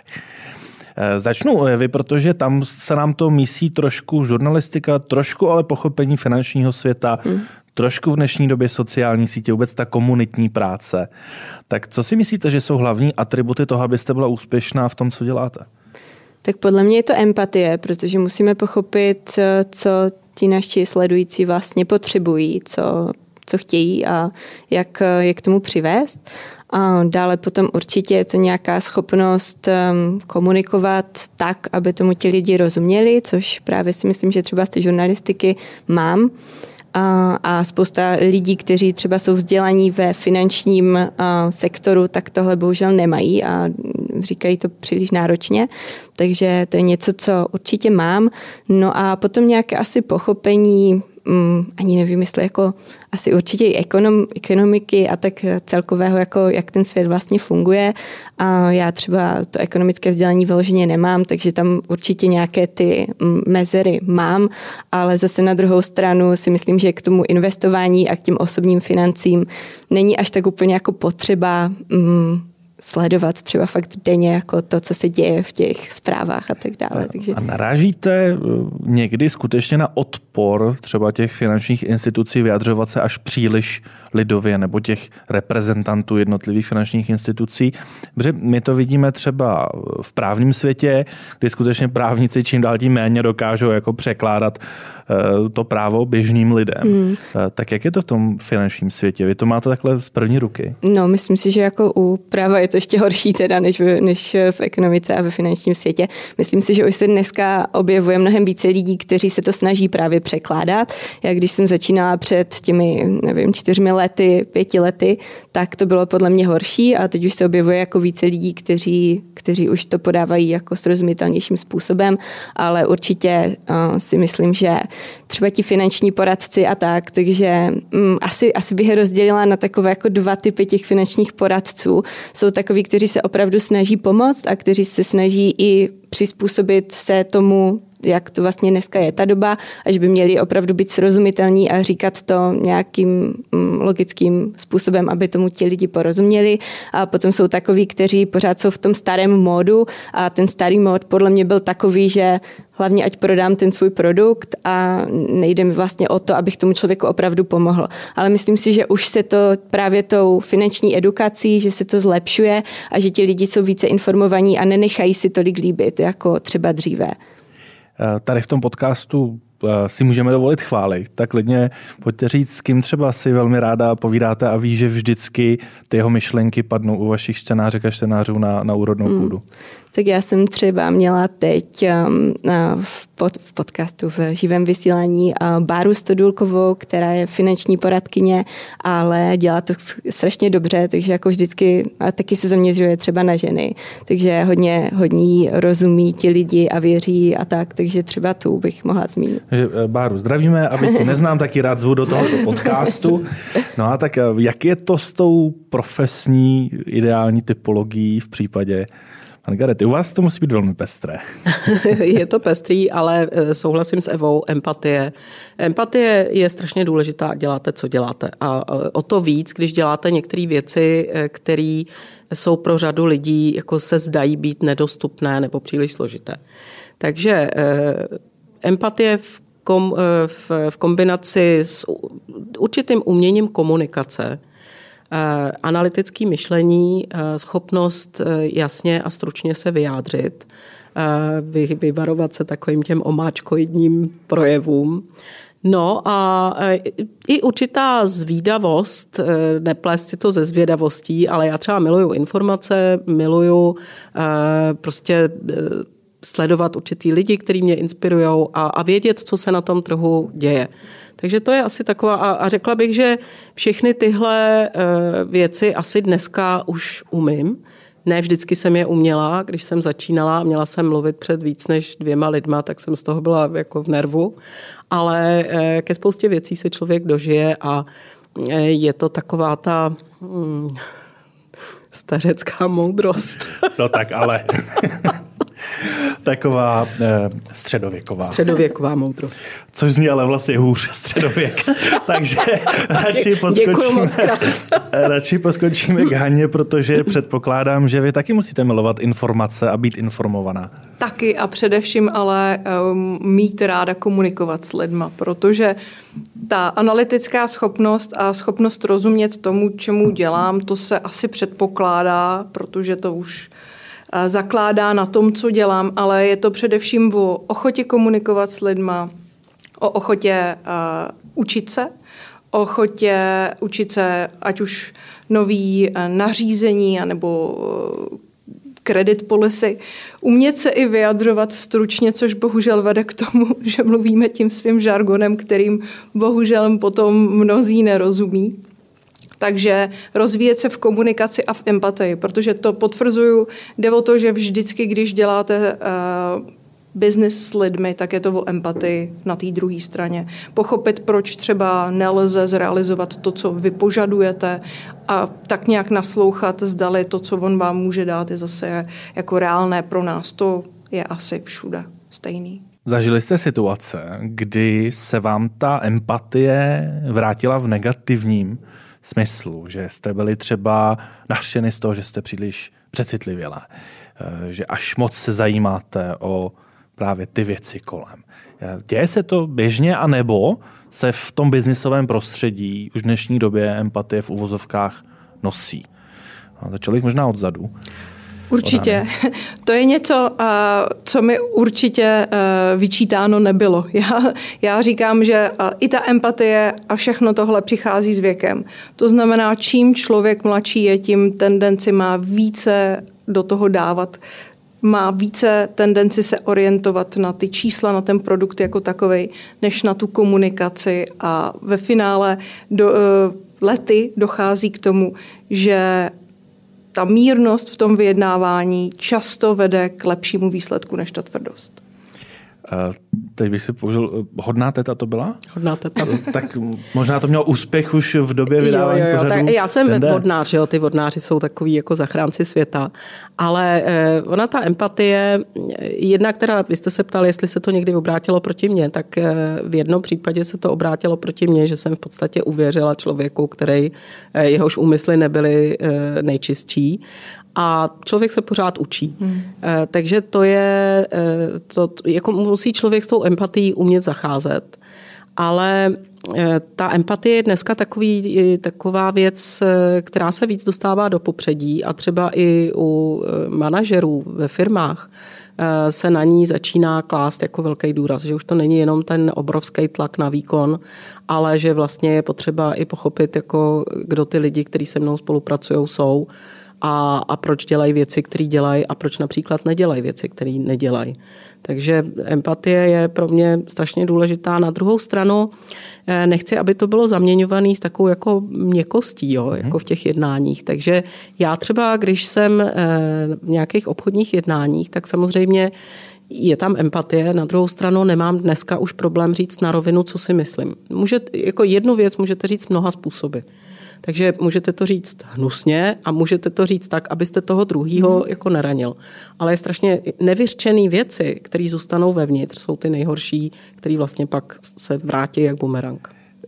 A: Začnu vy, protože tam se nám to mísí trošku žurnalistika, trošku ale pochopení finančního světa, hmm. trošku v dnešní době sociální sítě, vůbec ta komunitní práce. Tak co si myslíte, že jsou hlavní atributy toho, abyste byla úspěšná v tom, co děláte?
D: Tak podle mě je to empatie, protože musíme pochopit, co ti naši sledující vlastně potřebují, co, co chtějí a jak je k tomu přivést. A dále potom určitě je to nějaká schopnost um, komunikovat tak, aby tomu ti lidi rozuměli, což právě si myslím, že třeba z té žurnalistiky mám. A, a spousta lidí, kteří třeba jsou vzdělaní ve finančním a, sektoru, tak tohle bohužel nemají a říkají to příliš náročně. Takže to je něco, co určitě mám. No a potom nějaké asi pochopení, um, ani nevím, jestli jako asi určitě i ekonom, ekonomiky a tak celkového, jako jak ten svět vlastně funguje. A já třeba to ekonomické vzdělání vyloženě nemám, takže tam určitě nějaké ty mezery mám, ale zase na druhou stranu si myslím, že k tomu investování a k těm osobním financím není až tak úplně jako potřeba um, sledovat třeba fakt denně jako to, co se děje v těch zprávách a tak dále. Takže...
A: A narážíte někdy skutečně na odpor třeba těch finančních institucí vyjadřovat se až příliš lidově nebo těch reprezentantů jednotlivých finančních institucí? Protože my to vidíme třeba v právním světě, kdy skutečně právníci čím dál tím méně dokážou jako překládat to právo běžným lidem. Hmm. Tak jak je to v tom finančním světě? Vy to máte takhle z první ruky?
D: No, myslím si, že jako u práva je to ještě horší teda, než v, než v ekonomice a ve finančním světě. Myslím si, že už se dneska objevuje mnohem více lidí, kteří se to snaží právě překládat. Já když jsem začínala před těmi, nevím, čtyřmi lety, pěti lety, tak to bylo podle mě horší a teď už se objevuje jako více lidí, kteří, kteří už to podávají jako srozumitelnějším způsobem, ale určitě uh, si myslím, že třeba ti finanční poradci a tak, takže um, asi, asi bych je rozdělila na takové jako dva typy těch finančních poradců. Jsou takoví, kteří se opravdu snaží pomoct a kteří se snaží i přizpůsobit se tomu, jak to vlastně dneska je ta doba, až by měli opravdu být srozumitelní a říkat to nějakým logickým způsobem, aby tomu ti lidi porozuměli. A potom jsou takoví, kteří pořád jsou v tom starém módu a ten starý mód podle mě byl takový, že hlavně ať prodám ten svůj produkt a nejde mi vlastně o to, abych tomu člověku opravdu pomohl. Ale myslím si, že už se to právě tou finanční edukací, že se to zlepšuje a že ti lidi jsou více informovaní a nenechají si tolik líbit, jako třeba dříve.
A: Tady v tom podcastu si můžeme dovolit chválit, tak klidně pojďte říct, s kým třeba si velmi ráda povídáte a ví, že vždycky ty jeho myšlenky padnou u vašich čtenářek a čtenářů na, na úrodnou hmm. půdu.
D: Tak já jsem třeba měla teď um, v, pod, v podcastu v živém vysílání uh, Báru Stodulkovou, která je finanční poradkyně, ale dělá to strašně dobře, takže jako vždycky a taky se zaměřuje třeba na ženy, takže hodně, hodně jí rozumí ti lidi a věří a tak, takže třeba tu bych mohla zmínit.
A: Takže Báru zdravíme, aby tě neznám, taky rád zvu do tohoto podcastu. No a tak jak je to s tou profesní ideální typologií v případě Margarety? U vás to musí být velmi pestré.
B: Je to pestrý, ale souhlasím s Evou, empatie. Empatie je strašně důležitá, děláte, co děláte. A o to víc, když děláte některé věci, které jsou pro řadu lidí, jako se zdají být nedostupné nebo příliš složité. Takže empatie v kom, v, v kombinaci s určitým uměním komunikace, analytické myšlení, schopnost jasně a stručně se vyjádřit, vyvarovat se takovým těm omáčkoidním projevům. No a i určitá zvídavost, neplést si to ze zvědavostí, ale já třeba miluju informace, miluju prostě sledovat určitý lidi, kteří mě inspirujou a, a vědět, co se na tom trhu děje. Takže to je asi taková, a, a řekla bych, že všechny tyhle věci asi dneska už umím. Ne vždycky jsem je uměla, když jsem začínala a měla jsem mluvit před víc než dvěma lidma, tak jsem z toho byla jako v nervu. Ale ke spoustě věcí se člověk dožije a je to taková ta hmm, stařecká moudrost.
A: No tak ale... Taková eh, středověková.
B: Středověková moudrost.
A: Což zní ale vlastně hůř středověk. Takže radši poskočíme, radši poskočíme k Haně, protože předpokládám, že vy taky musíte milovat informace a být informovaná.
C: Taky a především ale um, mít ráda komunikovat s lidma, protože ta analytická schopnost a schopnost rozumět tomu, čemu dělám, to se asi předpokládá, protože to už zakládá na tom, co dělám, ale je to především o ochotě komunikovat s lidma, o ochotě uh, učit se, o ochotě učit se ať už nový uh, nařízení anebo uh, credit policy, umět se i vyjadřovat stručně, což bohužel vede k tomu, že mluvíme tím svým žargonem, kterým bohužel potom mnozí nerozumí. Takže rozvíjet se v komunikaci a v empatii, protože to potvrzuju, jde o to, že vždycky, když děláte uh, business s lidmi, tak je to o empatii na té druhé straně. Pochopit, proč třeba nelze zrealizovat to, co vy požadujete a tak nějak naslouchat, zdali to, co on vám může dát, je zase jako reálné pro nás. To je asi všude stejný.
A: Zažili jste situace, kdy se vám ta empatie vrátila v negativním smyslu, že jste byli třeba nařčeni z toho, že jste příliš přecitlivělé, že až moc se zajímáte o právě ty věci kolem. Děje se to běžně, anebo se v tom biznisovém prostředí už v dnešní době empatie v uvozovkách nosí? Začal bych možná odzadu.
C: Určitě. To je něco, co mi určitě vyčítáno nebylo. Já, já říkám, že i ta empatie a všechno tohle přichází s věkem. To znamená, čím člověk mladší je, tím tendenci má více do toho dávat, má více tendenci se orientovat na ty čísla, na ten produkt jako takovej, než na tu komunikaci. A ve finále do, lety dochází k tomu, že ta mírnost v tom vyjednávání často vede k lepšímu výsledku než ta tvrdost.
A: Uh, teď bych si použil, hodná teta to byla?
B: Hodná teta.
A: Tak možná to mělo úspěch už v době vydávání
B: jo, jo, jo.
A: pořadu.
B: Tak já jsem vodnář, jo, ty vodnáři jsou takový jako zachránci světa, ale eh, ona ta empatie, jedna, která, vy jste se ptali, jestli se to někdy obrátilo proti mně, tak eh, v jednom případě se to obrátilo proti mně, že jsem v podstatě uvěřila člověku, který eh, jehož úmysly nebyly eh, nejčistší. A člověk se pořád učí. Hmm. Takže to je, to, jako musí člověk s tou empatií umět zacházet. Ale ta empatie je dneska takový, taková věc, která se víc dostává do popředí a třeba i u manažerů ve firmách se na ní začíná klást jako velký důraz, že už to není jenom ten obrovský tlak na výkon, ale že vlastně je potřeba i pochopit, jako, kdo ty lidi, kteří se mnou spolupracují, jsou a, a proč dělají věci, které dělají a proč například nedělají věci, které nedělají. Takže empatie je pro mě strašně důležitá. Na druhou stranu nechci, aby to bylo zaměňované s takovou jako měkkostí, jo, jako v těch jednáních. Takže já třeba, když jsem v nějakých obchodních jednáních, tak samozřejmě je tam empatie, na druhou stranu nemám dneska už problém říct na rovinu, co si myslím. Můžete, jako jednu věc můžete říct mnoha způsoby. Takže můžete to říct hnusně a můžete to říct tak, abyste toho druhýho mm. jako neranil. Ale je strašně nevyřčený věci, které zůstanou vevnitř, jsou ty nejhorší, které vlastně pak se vrátí jak bumerang.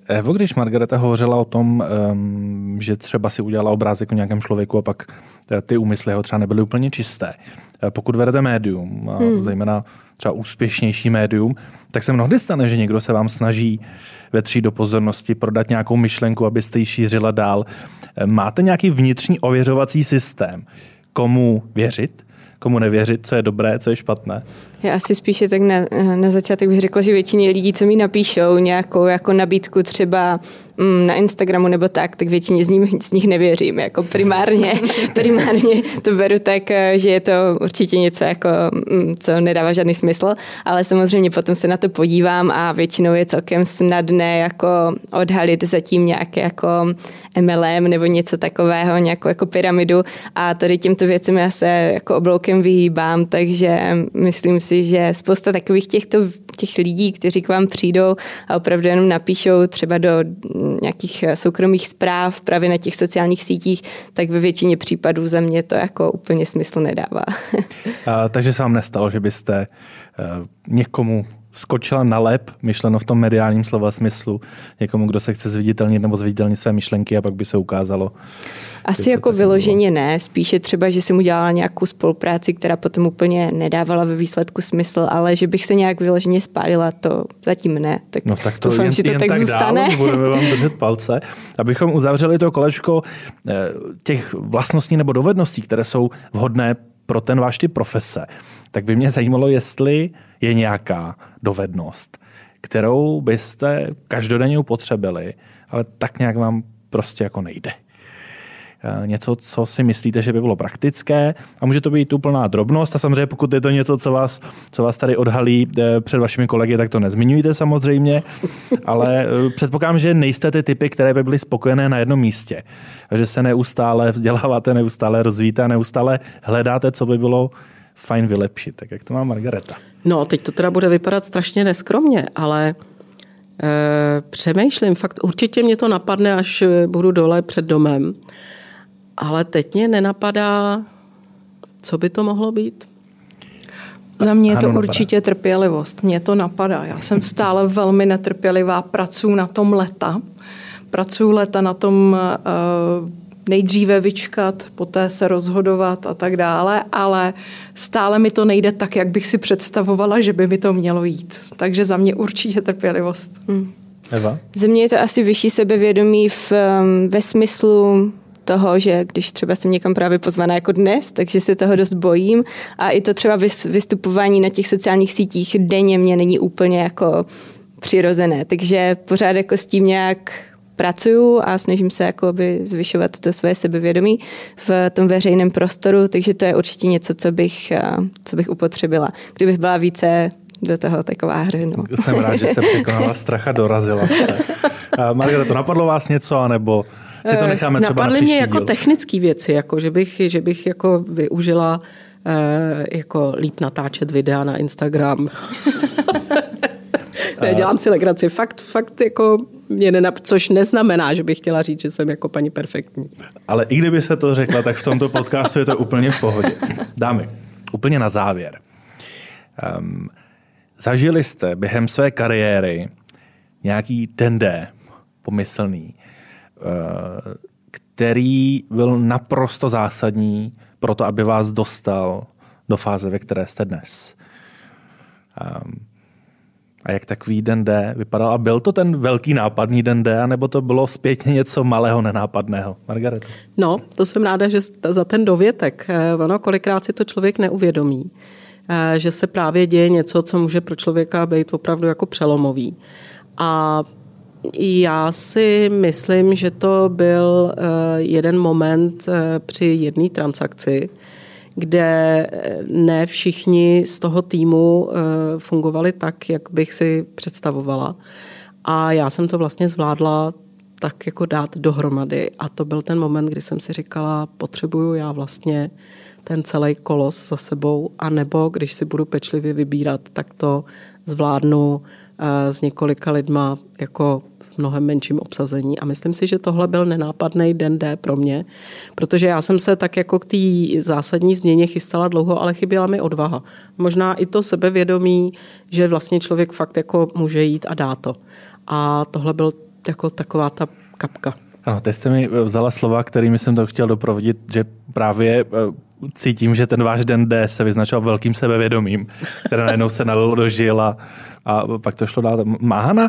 A: Evo, když Margareta hovořila o tom, že třeba si udělala obrázek o nějakém člověku a pak ty úmysly ho třeba nebyly úplně čisté. Pokud vedete médium, a hmm. zejména třeba úspěšnější médium, tak se mnohdy stane, že někdo se vám snaží vetřít do pozornosti, prodat nějakou myšlenku, abyste ji šířila dál. Máte nějaký vnitřní ověřovací systém? Komu věřit? Komu nevěřit, co je dobré, co je špatné?
D: Já asi spíše tak na, na začátek bych řekla, že většině lidí, co mi napíšou nějakou jako nabídku třeba mm, na Instagramu nebo tak, tak většině z nich, z nich nevěřím. Jako primárně, primárně to beru tak, že je to určitě něco, jako, mm, co nedává žádný smysl, ale samozřejmě potom se na to podívám a většinou je celkem snadné jako odhalit zatím nějaké jako M L M nebo něco takového, nějakou jako pyramidu a tady těmto věcem já se jako obloukem vyhýbám, takže myslím si, že spousta takových těchto, těch lidí, kteří k vám přijdou a opravdu jenom napíšou třeba do nějakých soukromých zpráv právě na těch sociálních sítích, tak ve většině případů za mě to jako úplně smysl nedává.
A: A, takže se vám nestalo, že byste uh, někomu skočila na lep, myšleno v tom mediálním slova smyslu, někomu, kdo se chce zviditelnit nebo zviditelnit své myšlenky a pak by se ukázalo.
D: Asi jako vyloženě ne, spíše třeba, že jsem udělala nějakou spolupráci, která potom úplně nedávala ve výsledku smysl, ale že bych se nějak vyloženě spálila, to zatím ne. Tak,
A: no tak to
D: doufám,
A: jen,
D: že to
A: jen
D: tak,
A: tak
D: zůstane.
A: Dál, budeme vám držet palce. Abychom uzavřeli to kolečko těch vlastností nebo dovedností, které jsou vhodné pro ten váš typ profese, tak by mě zajímalo, jestli je nějaká dovednost, kterou byste každodenně upotřebili, ale tak nějak vám prostě jako nejde. Něco, co si myslíte, že by bylo praktické a může to být úplná drobnost a samozřejmě pokud je to něco, co vás, co vás tady odhalí před vašimi kolegy, tak to nezmiňujte samozřejmě, ale předpokládám, že nejste ty typy, které by byly spokojené na jednom místě. Že se neustále vzděláváte, neustále rozvíjíte a neustále hledáte, co by bylo fajn vylepšit. Tak jak to má Margareta?
B: No, teď to teda bude vypadat strašně neskromně, ale e, přemýšlím, fakt určitě mě to napadne, až budu dole před domem. Ale teď mě nenapadá, co by to mohlo být.
C: Za mě je to
A: ano,
C: určitě napadá. Trpělivost. Mě to napadá. Já jsem stále velmi netrpělivá, pracuji na tom leta. Pracuji leta na tom uh, nejdříve vyčkat, poté se rozhodovat a tak dále, ale stále mi to nejde tak, jak bych si představovala, že by mi to mělo jít. Takže za mě určitě trpělivost. Hmm.
A: Eva?
D: Za mě je to asi vyšší sebevědomí v, ve smyslu toho, že když třeba jsem někam právě pozvaná jako dnes, takže se toho dost bojím a i to třeba vystupování na těch sociálních sítích denně mě není úplně jako přirozené, takže pořád jako s tím nějak pracuju a snažím se jakoby zvyšovat to své sebevědomí v tom veřejném prostoru, takže to je určitě něco, co bych, co bych upotřebila. Kdybych byla více do toho taková hry. No.
A: Jsem rád, že jste překonala strach a dorazila. Margareto, napadlo vás něco, anebo si to necháme třeba
B: Napadly
A: na příští
B: mě jako
A: díl?
B: technické věci, jako že bych, že bych jako využila eh, jako líp natáčet videa na Instagram. Ne, dělám si legraci. Fakt, fakt jako mě nenap... což neznamená, že bych chtěla říct, že jsem jako paní perfektní.
A: Ale i kdyby se to řekla, tak v tomto podcastu je to úplně v pohodě. Dámy, úplně na závěr. Um, zažili jste během své kariéry nějaký den D pomyslný, který byl naprosto zásadní pro to, aby vás dostal do fáze, ve které jste dnes. A jak takový den D vypadal? A byl to ten velký nápadný den D, anebo to bylo zpětně něco malého, nenápadného? Margareta?
B: No, to jsem ráda, že za ten dovětek. Ono, kolikrát si to člověk neuvědomí, že se právě děje něco, co může pro člověka být opravdu jako přelomový. A já si myslím, že to byl jeden moment při jedné transakci, kde ne všichni z toho týmu fungovali tak, jak bych si představovala. A já jsem to vlastně zvládla tak jako dát dohromady. A to byl ten moment, kdy jsem si říkala, potřebuju já vlastně ten celý kolos za sebou, anebo když si budu pečlivě vybírat, tak to zvládnu s několika lidma jako v mnohem menším obsazení. A myslím si, že tohle byl nenápadný den D pro mě, protože já jsem se tak jako k té zásadní změně chystala dlouho, ale chyběla mi odvaha. Možná i to sebevědomí, že vlastně člověk fakt jako může jít a dá to. A tohle byl jako taková ta kapka.
A: Ano, teď jste mi vzala slova, kterými jsem to chtěl doprovodit, že právě cítím, že ten váš den D se vyznačoval velkým sebevědomím, které najednou se nalilo do žil a, a pak to šlo dál. Má Hana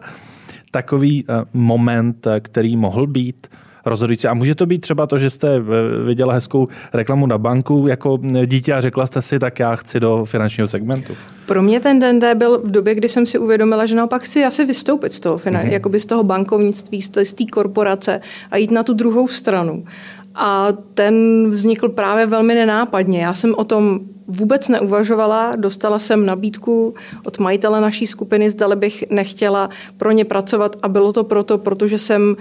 A: takový moment, který mohl být rozhodující? A může to být třeba to, že jste viděla hezkou reklamu na banku jako dítě a řekla jste si, tak já chci do finančního segmentu.
C: Pro mě ten den D byl v době, kdy jsem si uvědomila, že naopak chci asi vystoupit z toho, mm-hmm. jakoby z toho bankovnictví, z té korporace a jít na tu druhou stranu. A ten vznikl právě velmi nenápadně. Já jsem o tom vůbec neuvažovala, dostala jsem nabídku od majitele naší skupiny, zdali bych nechtěla pro ně pracovat a bylo to proto, protože jsem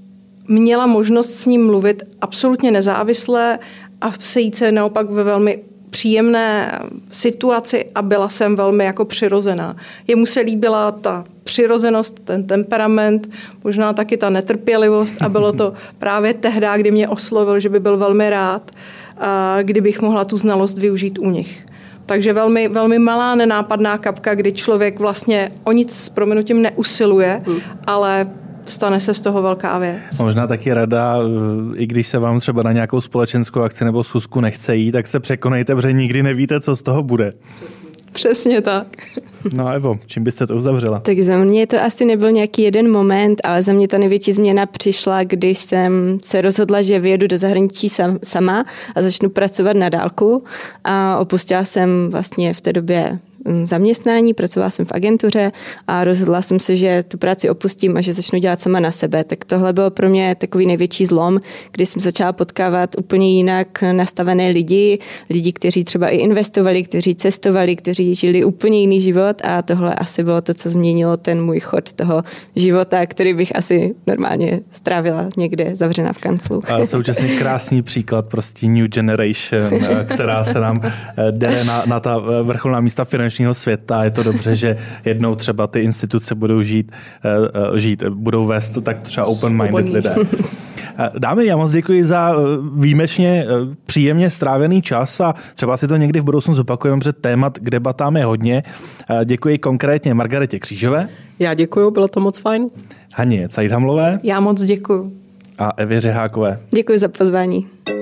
C: měla možnost s ním mluvit absolutně nezávisle a sejít se naopak ve velmi příjemné situaci a byla jsem velmi jako přirozená. Jemu se líbila ta přirozenost, ten temperament, možná taky ta netrpělivost a bylo to právě tehdy, kdy mě oslovil, že by byl velmi rád, kdybych mohla tu znalost využít u nich. Takže velmi, velmi malá nenápadná kapka, kdy člověk vlastně o nic s prominutím neusiluje, hmm. ale stane se z toho velká věc.
A: Možná taky rada, i když se vám třeba na nějakou společenskou akci nebo schůzku nechce jít, tak se překonejte, protože nikdy nevíte, co z toho bude.
C: Přesně tak.
A: No Evo, čím byste to uzavřela?
D: Tak za mě to asi nebyl nějaký jeden moment, ale za mě ta největší změna přišla, když jsem se rozhodla, že vyjedu do zahraničí sam, sama a začnu pracovat na dálku. A opustila jsem vlastně v té době zaměstnání, pracovala jsem v agentuře a rozhodla jsem se, že tu práci opustím a že začnu dělat sama na sebe. Tak tohle bylo pro mě takový největší zlom, kdy jsem začala potkávat úplně jinak nastavené lidi, lidi, kteří třeba i investovali, kteří cestovali, kteří žili úplně jiný život a tohle asi bylo to, co změnilo ten můj chod toho života, který bych asi normálně strávila někde zavřená v kanclu.
A: A současně krásný příklad prostě New Generation, která se nám dere na, na ta vrcholná místa finanční světa. Je to dobře, že jednou třeba ty instituce budou žít, uh, žít budou vést tak třeba open-minded lidé. Dámy, já moc děkuji za výjimečně příjemně strávený čas a třeba si to někdy v budoucnu zopakujeme, protože témat k debatám je hodně. Děkuji konkrétně Margaretě Křížové.
B: Já děkuji, bylo to moc fajn.
A: Haně Cajdhamlové.
C: Já moc děkuji.
A: A Evě Řehákové.
D: Děkuji za pozvání.